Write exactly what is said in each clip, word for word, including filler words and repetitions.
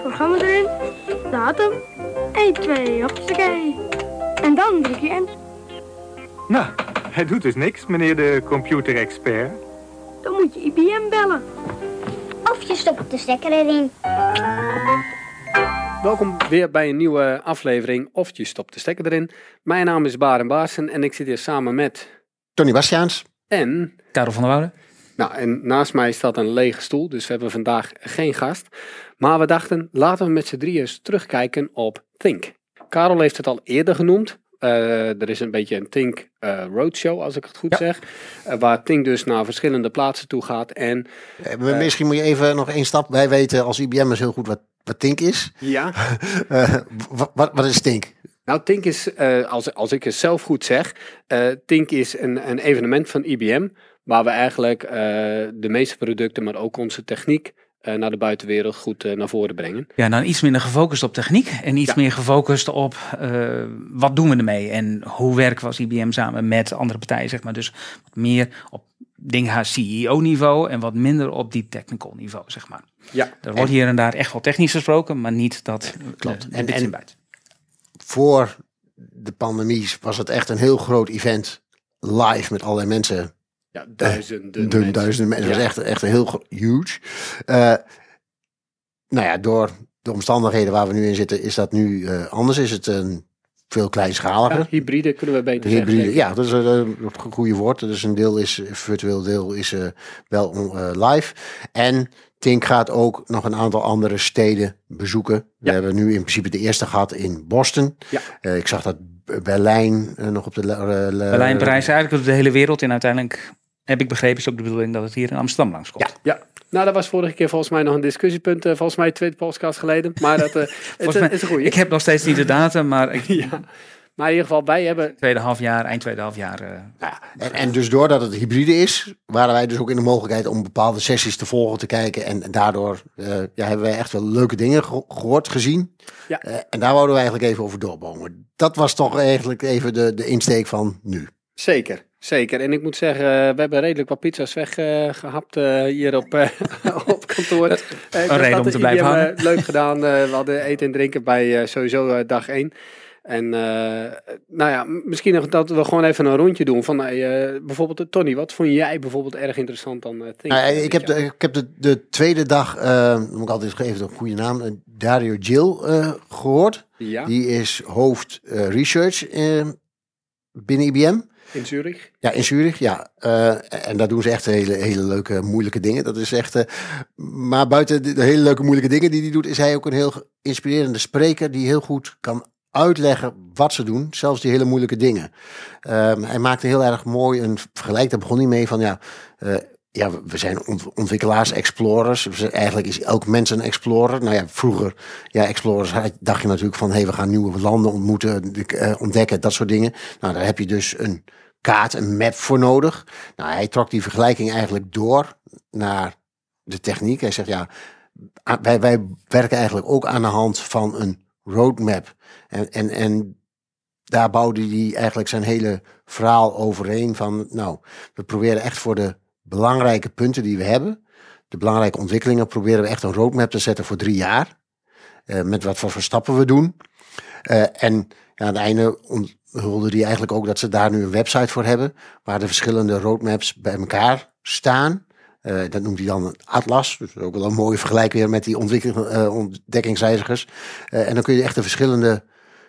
programma erin, datum, één, twee, hoppakee. En dan druk je in. Nou, hij doet dus niks, meneer de computerexpert. Dan moet je I B M bellen. Of je stopt de stekker erin. Welkom weer bij een nieuwe aflevering Of je stopt de stekker erin. Mijn naam is Baren Baarsen en ik zit hier samen met... Tony Bastiaans. En... Karel van der Woude. Nou, en naast mij staat een lege stoel, dus we hebben vandaag geen gast. Maar we dachten, laten we met z'n drieën eens terugkijken op Think. Karel heeft het al eerder genoemd. Uh, er is een beetje een Think uh, Roadshow, als ik het goed ja. zeg. Uh, waar Think dus naar verschillende plaatsen toe gaat. En, uh, Misschien moet je even nog één stap. Wij weten als I B M'ers heel goed wat, wat Think is. Ja. uh, wat, wat is Think? Nou, Think is, uh, als, als ik het zelf goed zeg, uh, Think is een, een evenement van I B M... waar we eigenlijk uh, de meeste producten, maar ook onze techniek... Uh, naar de buitenwereld goed uh, naar voren brengen. Ja, dan iets minder gefocust op techniek en iets ja. meer gefocust op uh, wat doen we ermee en hoe werken we als I B M samen met andere partijen, zeg maar. Dus wat meer op dingen C E O-niveau en wat minder op deep technical niveau, zeg maar. Ja. Er wordt hier en daar echt wel technisch gesproken, maar niet dat klopt. Uh, en, en buiten. Voor de pandemie was het echt een heel groot event live met allerlei mensen. Ja, duizenden uh, mensen. Duizenden mensen. Ja. Dat was echt, echt een heel huge. Uh, nou ja, door de omstandigheden waar we nu in zitten, is dat nu uh, anders. Is het een veel kleinschaliger. Ja, hybride kunnen we beter hybride, zeggen. Ja, dat is uh, een goede woord. Dus een deel is virtueel, deel is uh, wel uh, live. En Think gaat ook nog een aantal andere steden bezoeken. Ja. We hebben nu in principe de eerste gehad in Boston. Ja. Uh, ik zag dat Berlijn uh, nog op de... Uh, Berlijn, Parijs, eigenlijk de hele wereld. En uiteindelijk heb ik begrepen, is ook de bedoeling dat het hier in Amsterdam langskomt. Ja, ja. Nou, dat was vorige keer volgens mij nog een discussiepunt. Uh, volgens mij twee podcast geleden. Maar dat uh, het, mij, is een goeie. Ik heb nog steeds niet de datum, maar... Ik, ja. Maar in ieder geval, wij hebben... Tweede half jaar, eind tweede half jaar. Uh, ja, en, en dus doordat het hybride is, waren wij dus ook in de mogelijkheid om bepaalde sessies te volgen, te kijken. En, en daardoor uh, ja, hebben wij echt wel leuke dingen ge- gehoord, gezien. Ja. Uh, en daar wouden we eigenlijk even over doorbomen. Dat was toch eigenlijk even de, de insteek van nu. Zeker, zeker. En ik moet zeggen, we hebben redelijk wat pizza's weggehapt uh, hier op, uh, op kantoor. Uh, een reden om te blijven hangen. Uh, leuk gedaan. Uh, we hadden eten en drinken bij uh, sowieso uh, dag één. En uh, nou ja, misschien nog dat we gewoon even een rondje doen van uh, bijvoorbeeld Tony, wat vond jij bijvoorbeeld erg interessant dan uh, Think? Nou, ik, heb de, ik heb de, de tweede dag, uh, dan moet ik altijd even een goede naam, uh, Dario Gil uh, gehoord. Ja. Die is hoofd uh, research uh, binnen I B M. In Zurich? Ja, in Zurich, ja. Uh, en daar doen ze echt hele, hele leuke, moeilijke dingen. Dat is echt. Uh, maar buiten de, de hele leuke, moeilijke dingen die hij doet, is hij ook een heel inspirerende spreker die heel goed kan uitleggen wat ze doen, zelfs die hele moeilijke dingen. Um, hij maakte heel erg mooi een vergelijk, daar begon hij mee van ja, uh, ja we zijn ont- ontwikkelaars, explorers. Eigenlijk is elk mens een explorer. Nou ja, vroeger, ja, explorers dacht je natuurlijk van, hé, hey, we gaan nieuwe landen ontmoeten, uh, ontdekken, dat soort dingen. Nou, daar heb je dus een kaart, een map voor nodig. Nou, hij trok die vergelijking eigenlijk door naar de techniek. Hij zegt ja, wij, wij werken eigenlijk ook aan de hand van een roadmap. En, en, en daar bouwde hij eigenlijk zijn hele verhaal overheen van, nou, we proberen echt voor de belangrijke punten die we hebben, de belangrijke ontwikkelingen, proberen we echt een roadmap te zetten voor drie jaar. Uh, met wat voor stappen we doen. Uh, en ja, aan het einde onthulde hij eigenlijk ook dat ze daar nu een website voor hebben, waar de verschillende roadmaps bij elkaar staan. Uh, dat noemt hij dan een atlas. Dus ook wel een mooie vergelijk weer met die ontwikkel- uh, ontdekkingsreizigers. Uh, en dan kun je echt de verschillende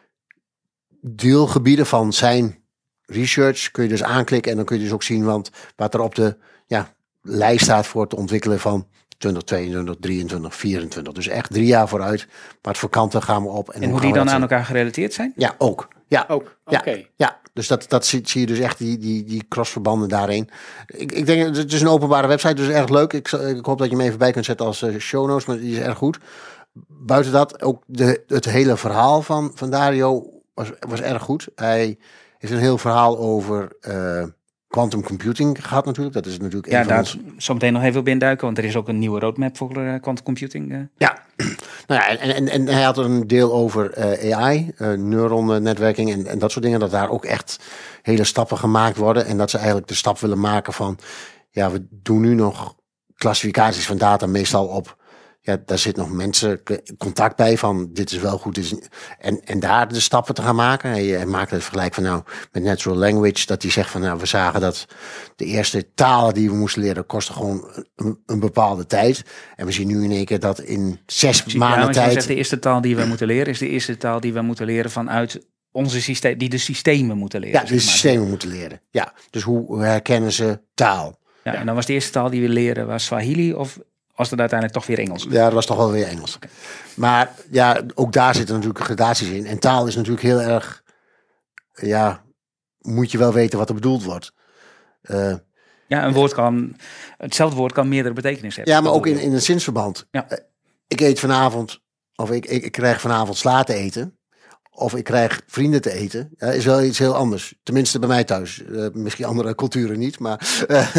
deelgebieden van zijn research kun je dus aanklikken. En dan kun je dus ook zien want wat er op de ja, lijst staat voor het ontwikkelen van twintig tweeëntwintig, drieëntwintig, vierentwintig. Dus echt drie jaar vooruit. Wat voor kanten gaan we op. En, en hoe, hoe die dan aan elkaar gerelateerd zijn? Ja, ook. Ja, ook. Oké. Ja, okay. ja. Dus dat, dat zie, zie je dus echt, die, die, die crossverbanden daarheen. Ik, ik denk, het is een openbare website, dus erg leuk. Ik, ik hoop dat je hem even bij kunt zetten als uh, show notes, maar die is erg goed. Buiten dat, ook de, het hele verhaal van, van Dario was, was erg goed. Hij heeft een heel verhaal over uh, quantum computing gehad natuurlijk. Dat is natuurlijk ja, een daar van ons... zo meteen nog even op induiken, want er is ook een nieuwe roadmap voor uh, quantum computing. Uh. Ja, nou ja, en, en, en hij had er een deel over uh, A I, uh, neuronnetwerking en, en dat soort dingen. Dat daar ook echt hele stappen gemaakt worden. En dat ze eigenlijk de stap willen maken van, ja, we doen nu nog klassificaties van data meestal op ja, daar zit nog mensen contact bij van dit is wel goed. Dit is, en, en daar de stappen te gaan maken. Hij, hij maakt het vergelijk van nou met natural language. Dat hij zegt van nou we zagen dat de eerste talen die we moesten leren kosten gewoon een, een bepaalde tijd. En we zien nu in één keer dat in zes Ja, maanden maar tijd. zegt, de eerste taal die we moeten leren is de eerste taal die we moeten leren vanuit onze systeem, die de systemen moeten leren. Ja, de zeg maar. systemen moeten leren. Ja, dus hoe herkennen ze taal? Ja, en dan was de eerste taal die we leren was Swahili of was het uiteindelijk toch weer Engels? Ja, dat was toch wel weer Engels. Okay. Maar ja, ook daar zitten natuurlijk gradaties in. En taal is natuurlijk heel erg, ja, moet je wel weten wat er bedoeld wordt. Uh, ja, een woord kan, hetzelfde woord kan meerdere betekenissen hebben. Ja, maar ook in, in een zinsverband. Ja. Uh, ik eet vanavond, of ik, ik, ik krijg vanavond sla te eten. Of ik krijg vrienden te eten. Ja, is wel iets heel anders. Tenminste bij mij thuis. Uh, misschien andere culturen niet, maar... Uh,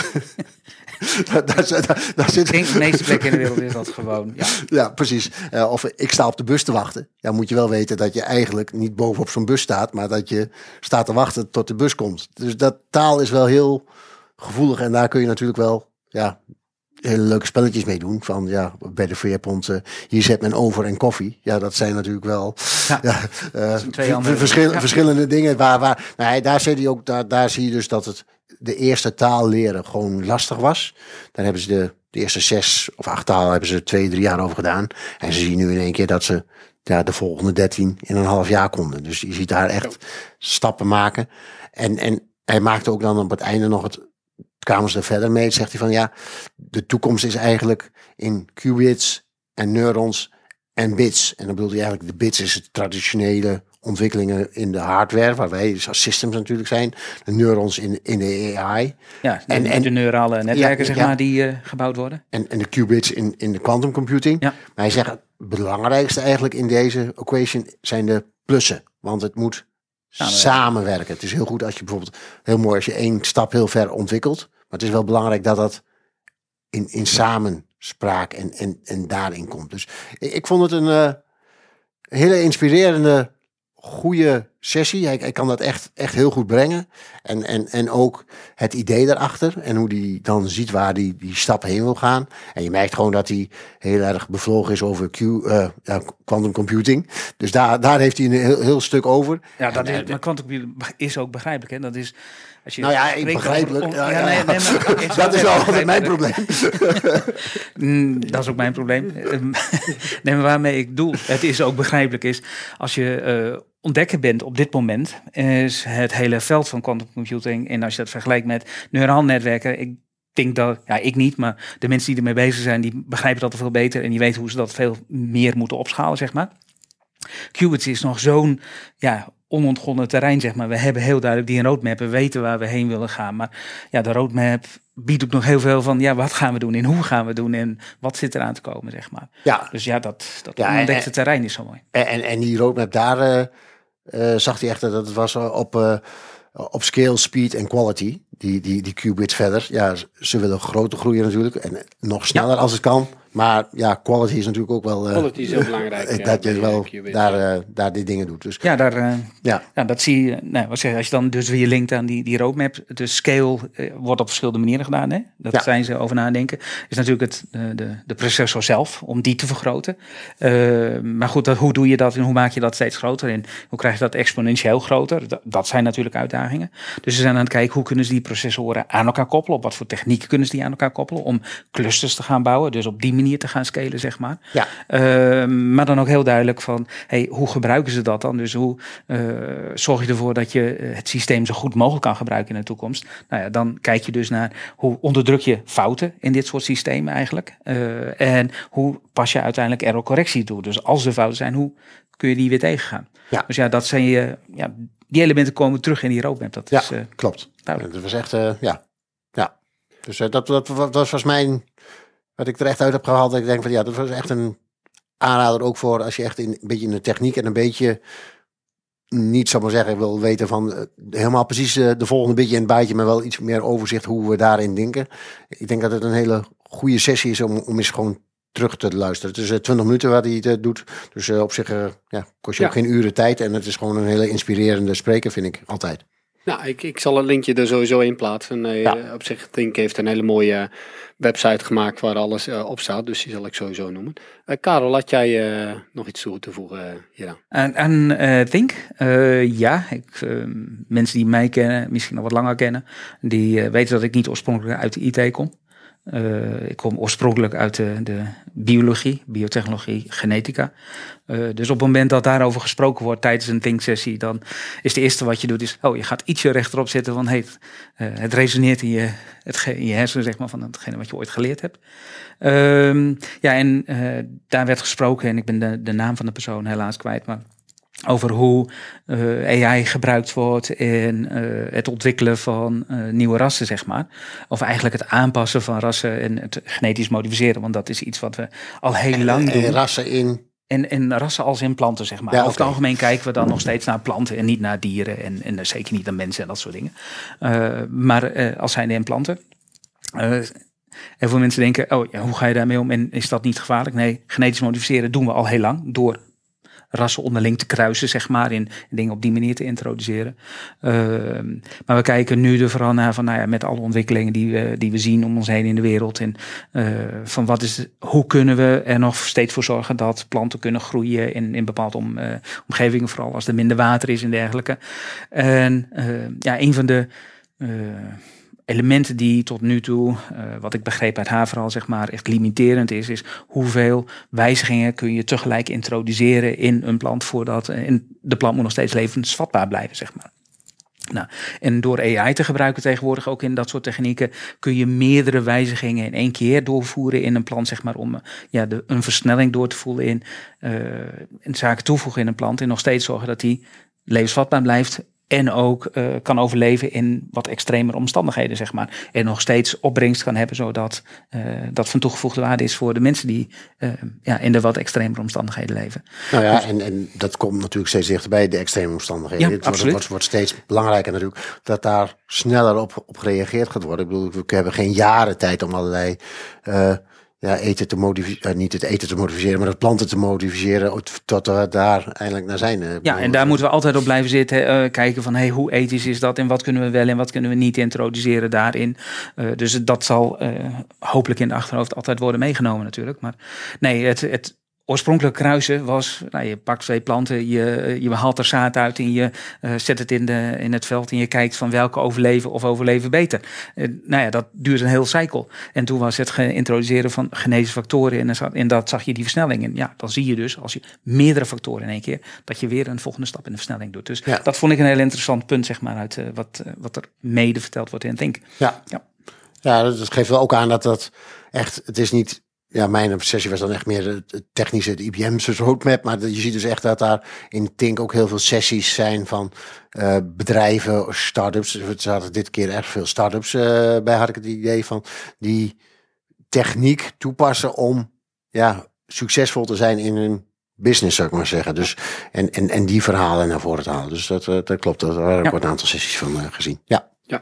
daar, daar, daar, daar zit... Ik denk de meeste plekken in de wereld is dat gewoon. Ja, ja precies. Uh, of ik sta op de bus te wachten. Ja, moet je wel weten dat je eigenlijk niet bovenop zo'n bus staat, maar dat je staat te wachten tot de bus komt. Dus dat taal is wel heel gevoelig en daar kun je natuurlijk wel ja, hele leuke spelletjes mee doen. Van ja, bij de veerpont, uh, hier zet men over en koffie. Ja, dat zijn natuurlijk wel ja. Ja, uh, twee andere verschil, ja. verschillende dingen. Waar, waar, nou, daar, zie je ook, daar, daar zie je dus dat het de eerste taal leren gewoon lastig was. Daar hebben ze de, de eerste zes of acht talen hebben ze twee, drie jaar over gedaan. En ze zien nu in één keer dat ze ja, de volgende dertien in een half jaar konden. Dus je ziet daar echt stappen maken. En, en hij maakte ook dan op het einde nog het, kwamen ze er verder mee. Zegt hij van ja, de toekomst is eigenlijk in qubits en neurons en bits. En dan bedoelt hij eigenlijk, de bits is het traditionele ontwikkelingen in de hardware, waar wij dus als systems natuurlijk zijn. De neurons in, in de A I. Ja, de, en, en, de neurale netwerken ja, zeg ja. maar die uh, gebouwd worden. En, en de qubits in, in de quantum computing. Ja. Maar hij zegt, het belangrijkste eigenlijk in deze equation zijn de plussen. Want het moet samenwerken. samenwerken. Het is heel goed als je bijvoorbeeld, heel mooi als je één stap heel ver ontwikkelt. Maar het is wel belangrijk dat dat in, in samenspraak en, en, en daarin komt. Dus ik, ik vond het een uh, hele inspirerende, goede sessie. Hij, hij kan dat echt, echt heel goed brengen. En, en, en ook het idee daarachter. En hoe hij dan ziet waar die, die stap heen wil gaan. En je merkt gewoon dat hij heel erg bevlogen is over Q, uh, ja, quantum computing. Dus daar, daar heeft hij een heel, heel stuk over. Ja, dat en, is, maar quantum computing is ook begrijpelijk. Hè? Dat is, als je nou ja, ik begrijpelijk. Over, ja, ja, nee, nee, maar, is dat is wel altijd mijn probleem. mm, dat is ook mijn probleem. Nee, maar waarmee ik doel, het is ook begrijpelijk, is als je uh, ontdekker bent op dit moment, is het hele veld van quantum computing, en als je dat vergelijkt met neuraal netwerken, ik denk dat, ja, ik niet, maar de mensen die ermee bezig zijn, die begrijpen dat veel beter en die weten hoe ze dat veel meer moeten opschalen, zeg maar. Qubits is nog zo'n, ja, onontgonnen terrein, zeg maar. We hebben heel duidelijk die roadmap, we weten waar we heen willen gaan, maar ja, de roadmap biedt ook nog heel veel van, ja, wat gaan we doen en hoe gaan we doen en wat zit eraan te komen, zeg maar. Ja. Dus ja, dat, dat ja, onontdekte en, terrein is zo mooi. En, en, en die roadmap daar uh, uh, zag hij echt dat het was op, uh, op scale, speed en quality. Die, die, die qubits verder. Ja, ze willen groter groeien natuurlijk en nog sneller ja. als het kan. Maar ja, quality is natuurlijk ook wel... Uh, quality is heel belangrijk. Dat ja, je wel qubits, daar, ja. uh, daar die dingen doet. Dus, ja, daar, uh, ja. ja, dat zie je. Nou, wat zeg, als je dan dus weer linkt aan die, die roadmap. De scale uh, wordt op verschillende manieren gedaan. Hè? Dat ja. zijn ze over nadenken. Is natuurlijk het, uh, de, de processor zelf, om die te vergroten. Uh, maar goed, dat, hoe doe je dat en hoe maak je dat steeds groter? En hoe krijg je dat exponentieel groter? Dat, dat zijn natuurlijk uitdagingen. Dus ze zijn aan het kijken, hoe kunnen ze die processoren aan elkaar koppelen? Op wat voor technieken kunnen ze die aan elkaar koppelen? Om clusters te gaan bouwen. Dus op die manier te gaan scalen, zeg maar. Ja. Uh, maar dan ook heel duidelijk van, hey, hoe gebruiken ze dat dan? Dus hoe uh, zorg je ervoor dat je het systeem zo goed mogelijk kan gebruiken in de toekomst? Nou ja, dan kijk je dus naar hoe onderdruk je fouten in dit soort systemen eigenlijk. Uh, en hoe pas je uiteindelijk error correctie toe? Dus als er fouten zijn, hoe kun je die weer tegengaan? Ja. Dus ja, dat zijn je, ja, die elementen komen terug in die roadmap. Dat ja, is, uh, klopt. Duidelijk. Dat was echt, uh, ja. ja. Dus uh, dat, dat, dat, dat was mijn... Wat ik er echt uit heb gehaald, dat ik denk van ja, dat was echt een aanrader ook voor als je echt in, een beetje in de techniek en een beetje niet, zal maar zeggen, wil weten van uh, helemaal precies uh, de volgende beetje in het bijtje, maar wel iets meer overzicht hoe we daarin denken. Ik denk dat het een hele goede sessie is om, om eens gewoon terug te luisteren. Het is uh, twintig minuten wat hij het uh, doet, dus uh, op zich uh, ja, kost je ja. ook geen uren tijd en het is gewoon een hele inspirerende spreker, vind ik altijd. Nou, ik, ik zal een linkje er sowieso in plaatsen. Uh, Ja. Op zich, Think heeft een hele mooie uh, website gemaakt waar alles uh, op staat. Dus die zal ik sowieso noemen. Uh, Karel, had jij uh, nog iets toe te voegen uh, hieraan? Aan, aan uh, Think? Uh, ja, ik, uh, mensen die mij kennen, misschien nog wat langer kennen, die uh, weten dat ik niet oorspronkelijk uit de I T kom. Uh, ik kom oorspronkelijk uit de, de biologie, biotechnologie, genetica. Uh, dus op het moment dat daarover gesproken wordt tijdens een Think-sessie, dan is het eerste wat je doet is, oh, je gaat ietsje rechterop zitten van, hey, uh, het resoneert in je, het, in je hersenen, zeg maar, van hetgene wat je ooit geleerd hebt. Um, ja, en uh, daar werd gesproken, en ik ben de, de naam van de persoon helaas kwijt, maar over hoe uh, A I gebruikt wordt in uh, het ontwikkelen van uh, nieuwe rassen, zeg maar. Of eigenlijk het aanpassen van rassen en het genetisch modificeren. Want dat is iets wat we al heel lang doen. En rassen in... En, en rassen als in planten, zeg maar. Ja, Over okay. het algemeen kijken we dan nog steeds naar planten en niet naar dieren. En, en zeker niet naar mensen en dat soort dingen. Uh, maar uh, als zijnde in planten. Uh, en voor mensen denken, oh ja, hoe ga je daarmee om? En is dat niet gevaarlijk? Nee, genetisch modificeren doen we al heel lang door rassen onderling te kruisen, zeg maar, in dingen op die manier te introduceren. Uh, maar we kijken nu er vooral naar van, nou ja, met alle ontwikkelingen die we, die we zien om ons heen in de wereld. En uh, van wat is, hoe kunnen we er nog steeds voor zorgen dat planten kunnen groeien in, in bepaalde om, uh, omgevingen, vooral als er minder water is en dergelijke. En uh, ja, een van de uh, elementen die tot nu toe, uh, wat ik begreep uit haar verhaal, zeg maar, echt limiterend is, is hoeveel wijzigingen kun je tegelijk introduceren in een plant voordat uh, in de plant moet nog steeds levensvatbaar blijven, zeg maar. Nou, en door A I te gebruiken tegenwoordig ook in dat soort technieken kun je meerdere wijzigingen in één keer doorvoeren in een plant, zeg maar, om uh, ja, de, een versnelling door te voelen in, uh, in zaken toevoegen in een plant en nog steeds zorgen dat die levensvatbaar blijft. En ook uh, kan overleven in wat extremere omstandigheden, zeg maar. En nog steeds opbrengst kan hebben, zodat uh, dat van toegevoegde waarde is voor de mensen die uh, ja, in de wat extremere omstandigheden leven. Nou ja, dus, en, en dat komt natuurlijk steeds dichterbij, de extreme omstandigheden. Ja, het wordt, absoluut. wordt, wordt steeds belangrijker natuurlijk, dat daar sneller op, op gereageerd gaat worden. Ik bedoel, we hebben geen jaren tijd om allerlei... Uh, Ja, eten te modificeren, uh, niet het eten te modificeren, maar het planten te modificeren tot we daar eindelijk naar zijn. Uh, ja, en daar moeten we altijd op blijven zitten. Uh, kijken van, hey, hoe ethisch is dat en wat kunnen we wel en wat kunnen we niet introduceren daarin. Uh, dus dat zal uh, hopelijk in de achterhoofd altijd worden meegenomen natuurlijk. Maar nee, het... het oorspronkelijk kruisen was, nou, je pakt twee planten, je, je haalt er zaad uit en je uh, zet het in, de, in het veld en je kijkt van welke overleven of overleven beter. Uh, nou ja, dat duurt een heel cykel. En toen was het introduceren van genetische factoren en, en dat zag je die versnelling. En ja, dan zie je dus, als je meerdere factoren in één keer, dat je weer een volgende stap in de versnelling doet. Dus ja. Dat vond ik een heel interessant punt, zeg maar, uit uh, wat, uh, wat er mede verteld wordt in Think. Ja, ja. ja dat geeft wel ook aan dat dat echt, het is niet... Ja, mijn obsessie was dan echt meer het technische, het I B M's roadmap. Maar je ziet dus echt dat daar in Think ook heel veel sessies zijn van uh, bedrijven, start-ups. Er zaten dit keer erg veel start-ups uh, bij, had ik het idee van. Die techniek toepassen om ja, succesvol te zijn in hun business, zou ik maar zeggen. Dus, en, en, en die verhalen naar voren te halen. Dus dat, uh, dat klopt, daar heb ik ja. een aantal sessies van uh, gezien. Ja. Ja.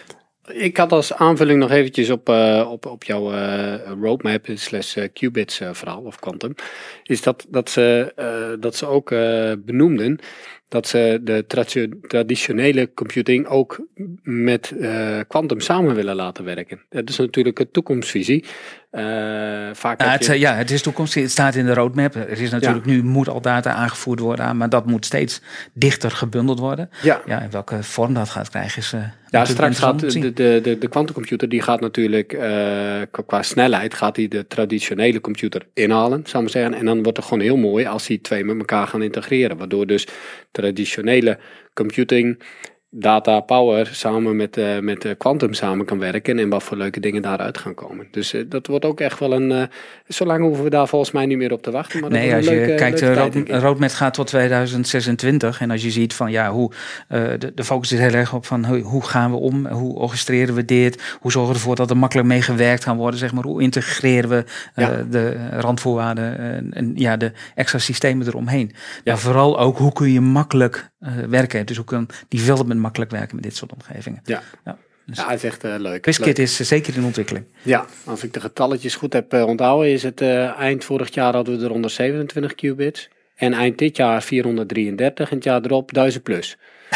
Ik had als aanvulling nog eventjes op, uh, op, op jouw uh, roadmap slash uh, qubits uh, verhaal of quantum. Is dat, dat, ze, uh, dat ze ook uh, benoemden dat ze de tra- traditionele computing ook met quantum uh, samen willen laten werken. Dat is natuurlijk een toekomstvisie. Uh, vaak nou, heb je... het, ja, het is toekomstig. Het staat in de roadmap. Er is natuurlijk ja. nu moet al data aangevoerd worden, maar dat moet steeds dichter gebundeld worden. Ja. Ja, in welke vorm dat gaat krijgen is. Uh, ja, straks gaat de, de, de, de quantumcomputer die gaat natuurlijk uh, qua snelheid gaat die de traditionele computer inhalen, zou ik maar zeggen. En dan wordt het gewoon heel mooi als die twee met elkaar gaan integreren, waardoor dus traditionele computing, data, power samen met, uh, met uh, quantum samen kan werken en wat voor leuke dingen daaruit gaan komen. Dus uh, dat wordt ook echt wel een... Uh, zolang hoeven we daar volgens mij niet meer op te wachten. Maar nee, dat als een je leuke, kijkt, leuke de road, roadmap gaat tot tweeduizend zesentwintig en als je ziet van ja, hoe uh, de, de focus is heel erg op van hoe, hoe gaan we om, hoe orchestreren we dit, hoe zorgen we ervoor dat er makkelijk mee gewerkt kan worden, zeg maar, hoe integreren we uh, ja. de randvoorwaarden uh, en ja, de extra systemen eromheen. Ja. Maar vooral ook hoe kun je makkelijk uh, werken, dus hoe kan development makkelijk werken met dit soort omgevingen. Ja, ja. Dus ja, het is echt uh, leuk. QuizKit is uh, zeker in ontwikkeling. Ja, als ik de getalletjes goed heb uh, onthouden, is het uh, eind vorig jaar hadden we er honderdzevenentwintig qubits. En eind dit jaar vierhonderddrieëndertig en het jaar erop duizend plus.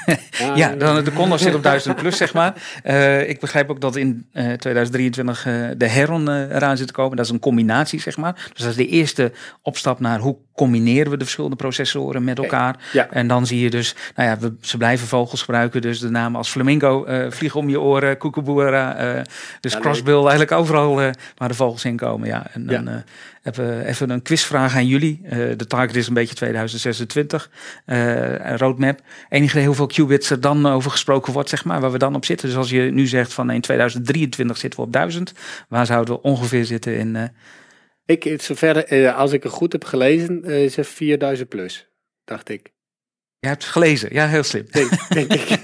Ja, dan, de Condor zit op duizend plus, zeg maar. Uh, ik begrijp ook dat in uh, tweeduizend drieëntwintig uh, de Heron uh, eraan zit te komen. Dat is een combinatie, zeg maar. Dus dat is de eerste opstap naar hoe combineren we de verschillende processoren met elkaar. Okay. Ja. En dan zie je dus, nou ja, we, ze blijven vogels gebruiken. Dus de namen als flamingo, uh, vliegen om je oren, kookaburra. Uh, dus ja, crossbill, nee. Eigenlijk overal uh, waar de vogels in komen. Ja. En dan ja. uh, hebben we even een quizvraag aan jullie. Uh, de target is een beetje tweeduizend zesentwintig. Uh, roadmap. Enige heel veel qubits er dan over gesproken wordt, zeg maar, waar we dan op zitten. Dus als je nu zegt van in tweeduizend drieëntwintig zitten we op duizend. Waar zouden we ongeveer zitten in... Uh, Ik, zover, uh, als ik het goed heb gelezen, uh, is het vierduizend plus, dacht ik. Je hebt het gelezen, ja, heel slim. Denk, denk ik.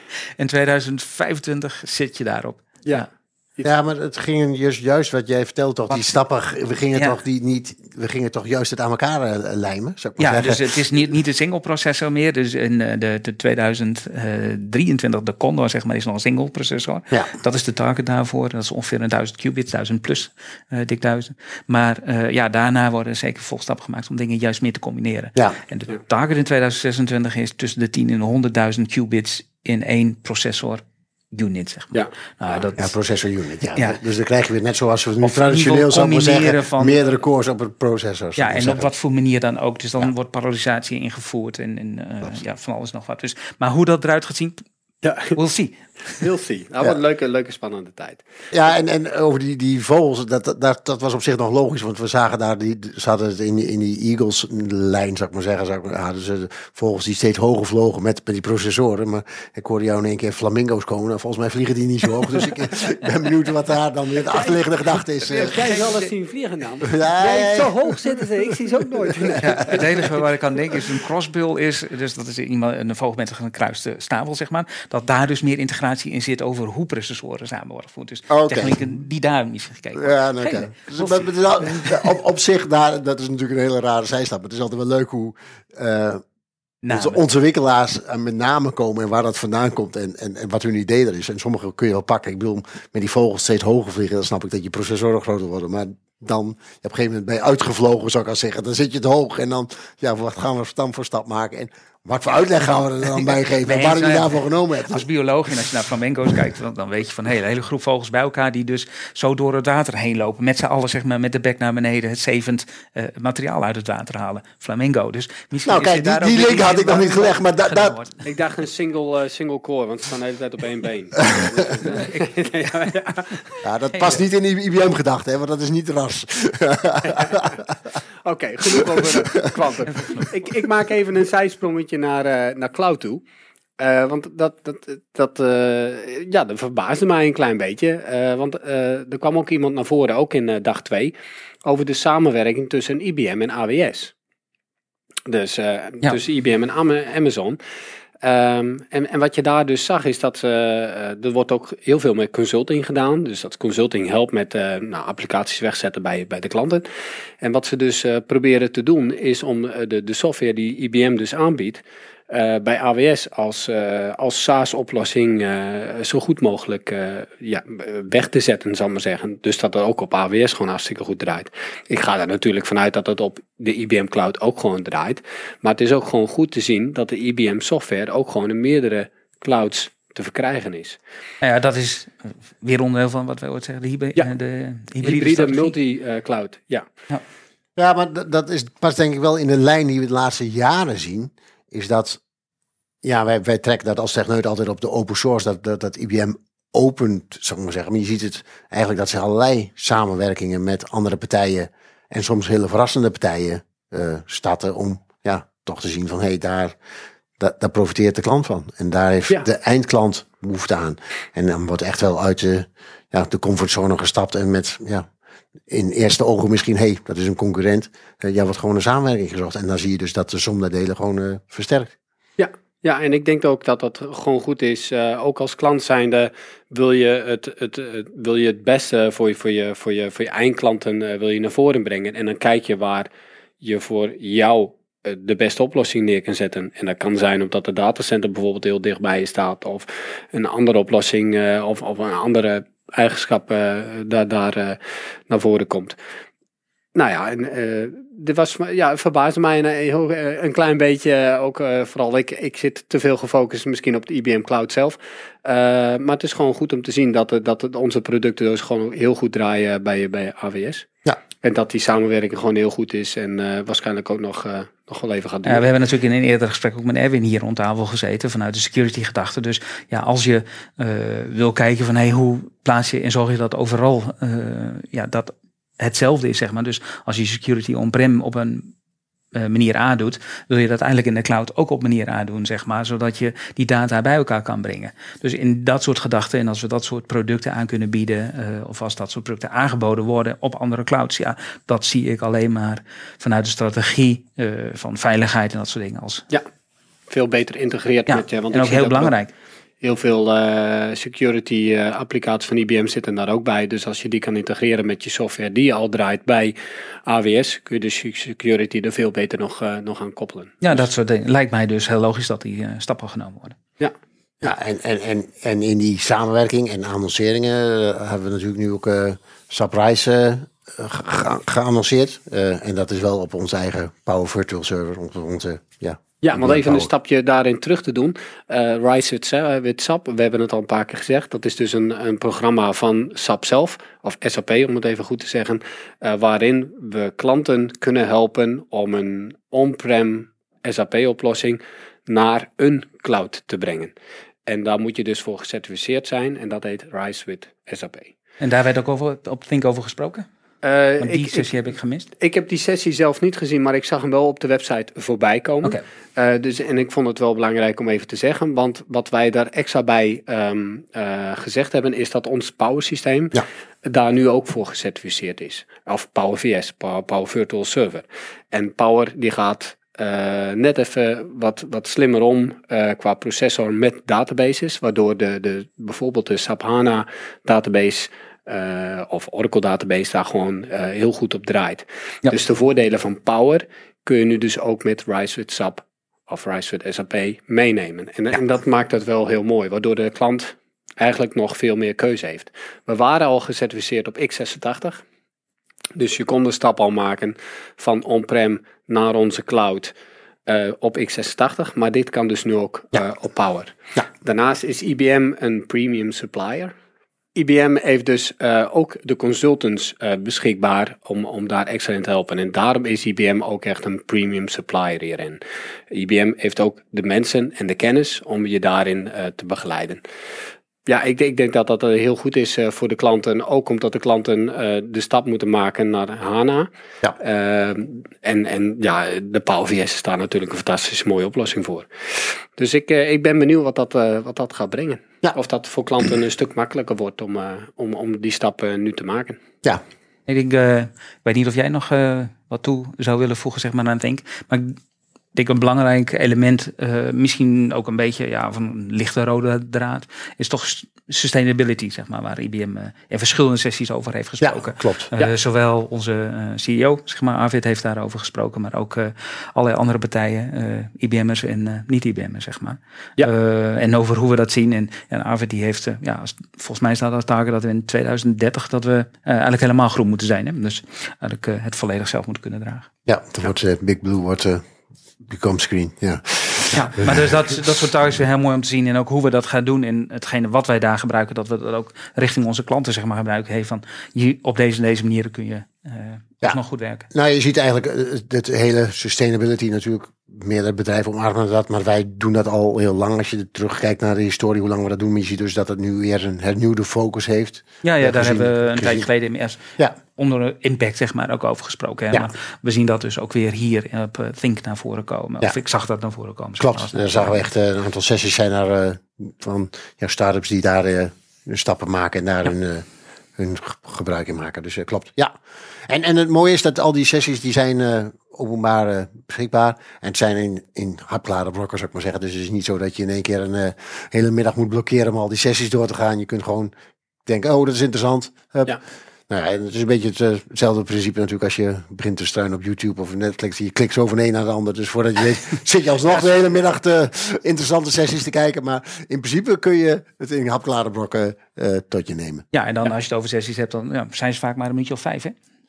In tweeduizend vijfentwintig zit je daarop. Ja. Ja. Ja, maar het ging juist, juist wat jij vertelt toch, wat? die stappen, we gingen ja. toch die niet, we gingen toch juist het aan elkaar uh, lijmen, zou ik maar ja, zeggen. dus het is niet, niet een single processor meer. Dus in uh, de, de tweeduizend drieëntwintig, de Condor zeg maar, is nog een single processor. Ja. Dat is de target daarvoor. Dat is ongeveer een duizend qubits, duizend plus, uh, dik duizend. Maar uh, ja, daarna worden zeker volstappen gemaakt om dingen juist meer te combineren. Ja. En de target in tweeduizend zesentwintig is tussen de tien en de honderdduizend qubits in één processor unit, zeg maar. Ja, nou, dat ja processor unit. Ja. Ja. Dus dan krijg je weer net zoals we nu Of traditioneel zou maar zeggen, van, meerdere cores op een processor. Ja, en op wat voor manier dan ook. Dus dan ja. wordt parallelisatie ingevoerd en, en uh, ja, van alles nog wat. Dus, maar hoe dat eruit gaat zien, ja. we'll see. We'll see. Nou, wat een leuke, leuke, spannende tijd. Ja, en, en over die, die vogels, dat, dat, dat was op zich nog logisch, want we zagen daar, die, ze hadden het in, die, in die Eagles-lijn, zou ik maar zeggen, zou ik maar, hadden ze vogels die steeds hoger vlogen met, met die processoren. Maar ik hoorde jou in één keer flamingo's komen, en volgens mij vliegen die niet zo hoog. Dus ik, ik ben benieuwd wat daar dan weer de achterliggende gedachte is. Heb jij ze al eens zien vliegen dan? Ja, nee, ja, ja. zo hoog zitten ze, ik zie ze ook nooit. Ja, het enige waar ik aan denk is een crossbill is, dus dat is iemand, een vogel met een gekruiste snavel, zeg maar, dat daar dus meer integratie in zit over hoe processoren samen worden gevoerd. Dus okay. technieken die daar niet gekeken worden. Ja, nou, okay. Dus, maar, maar, al, op, op zich, daar, dat is natuurlijk een hele rare zijstap. Maar het is altijd wel leuk hoe uh, onze ontwikkelaars met name komen en waar dat vandaan komt en, en, en wat hun idee er is. En sommige kun je wel pakken. Ik bedoel, met die vogels steeds hoger vliegen, dan snap ik dat je processoren groter worden. Maar dan, op een gegeven moment ben je uitgevlogen, zou ik al zeggen. Dan zit je te hoog en dan, ja, wat gaan we dan voor stap maken? En wat voor uitleg gaan we er dan bij geven? En waarom je daarvoor genomen hebt? Als bioloog, en als je naar flamenco's kijkt, dan, dan weet je van een hele, hele groep vogels bij elkaar die dus zo door het water heen lopen. Met z'n allen, zeg maar, met de bek naar beneden, het zevend uh, materiaal uit het water halen. Flamengo. Dus misschien nou, kijk, die, die link had ik nog niet gelegd, maar da, da, ik dacht een single, uh, single core, want ze staan de hele tijd op één been. ja, ja. ja, dat past niet in die I B M-gedachte, want dat is niet ras. Oké, okay, genoeg over kwantum. ik, ik maak even een zijsprongetje naar, uh, naar cloud toe. Uh, want dat, dat, dat, uh, ja, dat verbaasde mij een klein beetje. Uh, want uh, er kwam ook iemand naar voren, ook in uh, dag twee, over de samenwerking tussen I B M en A W S. Dus uh, ja. tussen I B M en Amazon. Um, en, en wat je daar dus zag is dat uh, er wordt ook heel veel met consulting gedaan. Dus dat consulting helpt met uh, nou, applicaties wegzetten bij, bij de klanten. En wat ze dus uh, proberen te doen is om uh, de, de software die I B M dus aanbiedt uh, bij A W S als, uh, als SaaS-oplossing uh, zo goed mogelijk uh, ja, weg te zetten, zal ik maar zeggen. Dus dat dat ook op A W S gewoon hartstikke goed draait. Ik ga er natuurlijk vanuit dat het op de I B M Cloud ook gewoon draait. Maar het is ook gewoon goed te zien dat de I B M software ook gewoon in meerdere clouds te verkrijgen is. Ja, dat is weer onderdeel van wat wij ooit zeggen, de, hybride, ja. de hybride, hybride multi-cloud. Ja. Ja. ja, maar d- dat is pas denk ik wel in de lijn die we de laatste jaren zien, is dat, ja, wij, wij trekken dat als techneut altijd op de open source, dat, dat, dat I B M opent, zou ik maar zeggen. Maar je ziet het eigenlijk dat ze allerlei samenwerkingen met andere partijen en soms hele verrassende partijen uh, starten om ja, toch te zien van, hé, hey, daar, da, daar profiteert de klant van. En daar heeft ja. de eindklant behoefte aan. En dan wordt echt wel uit de, ja, de comfortzone gestapt en met, ja, in eerste ogen misschien, hé, hey, dat is een concurrent. Uh, ja, wordt gewoon een samenwerking gezocht. En dan zie je dus dat de som der delen gewoon uh, versterkt. Ja. Ja, en ik denk ook dat dat gewoon goed is. Uh, ook als klant zijnde wil je het, het, het, wil je het beste voor je, voor je, voor je, voor je eindklanten uh, wil je naar voren brengen. En dan kijk je waar je voor jou uh, de beste oplossing neer kan zetten. En dat kan zijn omdat de datacenter bijvoorbeeld heel dichtbij je staat. Of een andere oplossing uh, of, of een andere eigenschap uh, daar, daar uh, naar voren komt. Nou ja, en, uh, dit was, ja, het verbaasde mij een, heel, een klein beetje. Ook uh, vooral, ik, ik zit te veel gefocust misschien op de I B M Cloud zelf. Uh, maar het is gewoon goed om te zien dat, dat onze producten dus gewoon heel goed draaien bij, bij A W S. Ja. En dat die samenwerking gewoon heel goed is en uh, waarschijnlijk ook nog, uh, nog wel even gaat doen. Ja, we hebben natuurlijk in een eerder gesprek ook met Erwin hier rond tafel gezeten vanuit de security gedachte. Dus ja, als je uh, wil kijken van hey, hoe plaats je en zorg je dat overal uh, ja, dat hetzelfde is, zeg maar. Dus als je security on-prem op een uh, manier A doet, wil je dat eigenlijk in de cloud ook op manier A doen, zeg maar. Zodat je die data bij elkaar kan brengen. Dus in dat soort gedachten en als we dat soort producten aan kunnen bieden, uh, of als dat soort producten aangeboden worden op andere clouds, ja, dat zie ik alleen maar vanuit de strategie uh, van veiligheid en dat soort dingen als. Ja, veel beter integreert ja, met je. Want en ook heel belangrijk. Heel veel uh, security uh, applicaties van I B M zitten daar ook bij. Dus als je die kan integreren met je software die al draait bij A W S, kun je de security er veel beter nog, uh, nog aan koppelen. Ja, dat soort dingen. Lijkt mij dus heel logisch dat die uh, stappen genomen worden. Ja. Ja, en, en, en, en in die samenwerking en annonceringen uh, hebben we natuurlijk nu ook uh, SAP Rise uh, ge- geannonceerd. Uh, en dat is wel op onze eigen Power Virtual Server, op onze, ja. Ja, want even een stapje daarin terug te doen. Uh, Rise with, uh, with SAP, we hebben het al een paar keer gezegd. Dat is dus een, een programma van SAP zelf, of S A P om het even goed te zeggen. Uh, waarin we klanten kunnen helpen om een on-prem S A P-oplossing naar een cloud te brengen. En daar moet je dus voor gecertificeerd zijn. En dat heet Rise with S A P. En daar werd ook over, op Think over gesproken? Uh, Want die ik, sessie ik, heb ik gemist. Ik heb die sessie zelf niet gezien, maar ik zag hem wel op de website voorbij komen. Okay. Uh, dus, en ik vond het wel belangrijk om even te zeggen, want wat wij daar extra bij um, uh, gezegd hebben, is dat ons Power systeem ja. daar nu ook voor gecertificeerd is. Of Power V S, Power, Power Virtual Server. En Power die gaat uh, net even wat, wat slimmer om uh, qua processor met databases, waardoor de, de, bijvoorbeeld de SAP HANA database Uh, of Oracle database daar gewoon uh, heel goed op draait. Ja. Dus de voordelen van Power kun je nu dus ook met Rise with SAP of Rise with S A P meenemen. En, ja. en dat maakt het wel heel mooi, waardoor de klant eigenlijk nog veel meer keuze heeft. We waren al gecertificeerd op x zesentachtig. Dus je kon de stap al maken van on-prem naar onze cloud uh, op x zesentachtig. Maar dit kan dus nu ook uh, ja. op Power. Ja. Daarnaast is I B M een premium supplier. I B M heeft dus uh, ook de consultants uh, beschikbaar om, om daar extra in te helpen. En daarom is I B M ook echt een premium supplier hierin. I B M heeft ook de mensen en de kennis om je daarin uh, te begeleiden. Ja, ik, ik denk dat dat heel goed is uh, voor de klanten. Ook omdat de klanten uh, de stap moeten maken naar HANA. Ja. Uh, en, en ja, de Power V S is daar natuurlijk een fantastische mooie oplossing voor. Dus ik, uh, ik ben benieuwd wat dat, uh, wat dat gaat brengen. Ja. Of dat voor klanten een stuk makkelijker wordt om, uh, om, om die stap uh, nu te maken. Ja. Ik denk, uh, ik weet niet of jij nog uh, wat toe zou willen voegen, zeg maar, aan Think. Maar ik denk een belangrijk element, uh, misschien ook een beetje ja, van een lichte rode draad, is toch sustainability, zeg maar, waar I B M uh, in verschillende sessies over heeft gesproken. Ja, klopt. Uh, ja. Zowel onze uh, C E O, zeg maar, Arvid heeft daarover gesproken, maar ook uh, allerlei andere partijen, uh, I B M'ers en uh, niet-I B M'ers, zeg maar. Ja. Uh, en over hoe we dat zien. En, en Arvid die heeft, uh, ja, volgens mij staat als target dat we in tweeduizend dertig dat we uh, eigenlijk helemaal groen moeten zijn. Hè? Dus eigenlijk uh, het volledig zelf moeten kunnen dragen. Ja, dan wordt uh, Big Blue wordt uh, become screen, ja. Ja, maar dus dat, dat soort targets weer heel mooi om te zien. En ook hoe we dat gaan doen. En hetgene wat wij daar gebruiken, dat we dat ook richting onze klanten, zeg maar, gebruiken. Hey, van, je, op deze deze manieren kun je uh, ja. nog goed werken. Nou, je ziet eigenlijk het hele sustainability natuurlijk. Meerdere bedrijven omarmen dat, maar wij doen dat al heel lang. Als je terugkijkt naar de historie, hoe lang we dat doen. Maar je ziet dus dat het nu weer een hernieuwde focus heeft. Ja, ja, daar gezien, hebben we een gezien. tijdje geleden in S ja. onder impact, zeg maar, ook over gesproken. Hè? Ja. Maar we zien dat dus ook weer hier op uh, Think naar voren komen. Ja. Of ik zag dat naar voren komen. Klopt, daar zagen we echt uh, een aantal sessies zijn er uh, van ja, start-ups die daar uh, stappen maken en daar ja. hun, uh, hun gebruik in maken. Dus uh, klopt, ja. En, en het mooie is dat al die sessies die zijn uh, openbaar uh, beschikbaar. En het zijn in, in hapklare blokken, zou ik maar zeggen. Dus het is niet zo dat je in één keer een uh, hele middag moet blokkeren om al die sessies door te gaan. Je kunt gewoon denken, oh, dat is interessant. Hup. Ja. Nou ja, het is een beetje het, uh, hetzelfde principe natuurlijk als je begint te struinen op YouTube of Netflix. Je klikt zo van een naar de ander. Dus voordat je weet, zit je alsnog de hele middag te interessante sessies te kijken. Maar in principe kun je het in hapklare blokken uh, tot je nemen. Ja, en dan ja. als je het over sessies hebt, dan ja, zijn ze vaak maar een minuutje of vijf, hè?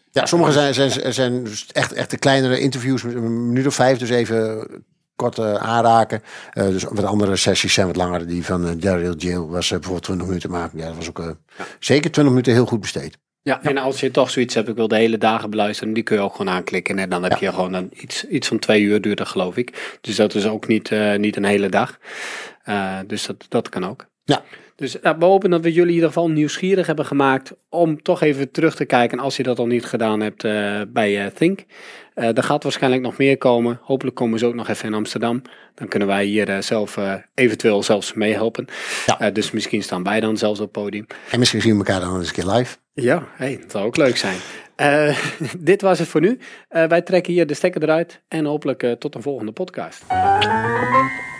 Ja, sommige zijn, zijn, zijn echt, echt de kleinere interviews, een minuut of vijf, dus even kort uh, aanraken. Uh, dus wat andere sessies zijn wat langer. Die van uh, Daryl Jill was uh, bijvoorbeeld twintig minuten, maar ja, dat was ook uh, ja. zeker twintig minuten heel goed besteed. Ja, en als je toch zoiets hebt, ik wil de hele dagen beluisteren, die kun je ook gewoon aanklikken. En dan heb ja. je gewoon een, iets, iets van twee uur duurt dat, geloof ik. Dus dat is ook niet, uh, niet een hele dag. Uh, dus dat, dat kan ook. Ja. Dus uh, we hopen dat we jullie in ieder geval nieuwsgierig hebben gemaakt om toch even terug te kijken, als je dat al niet gedaan hebt, uh, bij uh, Think. Uh, er gaat waarschijnlijk nog meer komen. Hopelijk komen ze ook nog even in Amsterdam. Dan kunnen wij hier uh, zelf uh, eventueel zelfs meehelpen. Ja. Uh, dus misschien staan wij dan zelfs op het podium. En misschien zien we elkaar dan eens een keer live. Ja, hey, dat zou ook leuk zijn. Uh, dit was het voor nu. Uh, wij trekken hier de stekker eruit en hopelijk uh, tot een volgende podcast.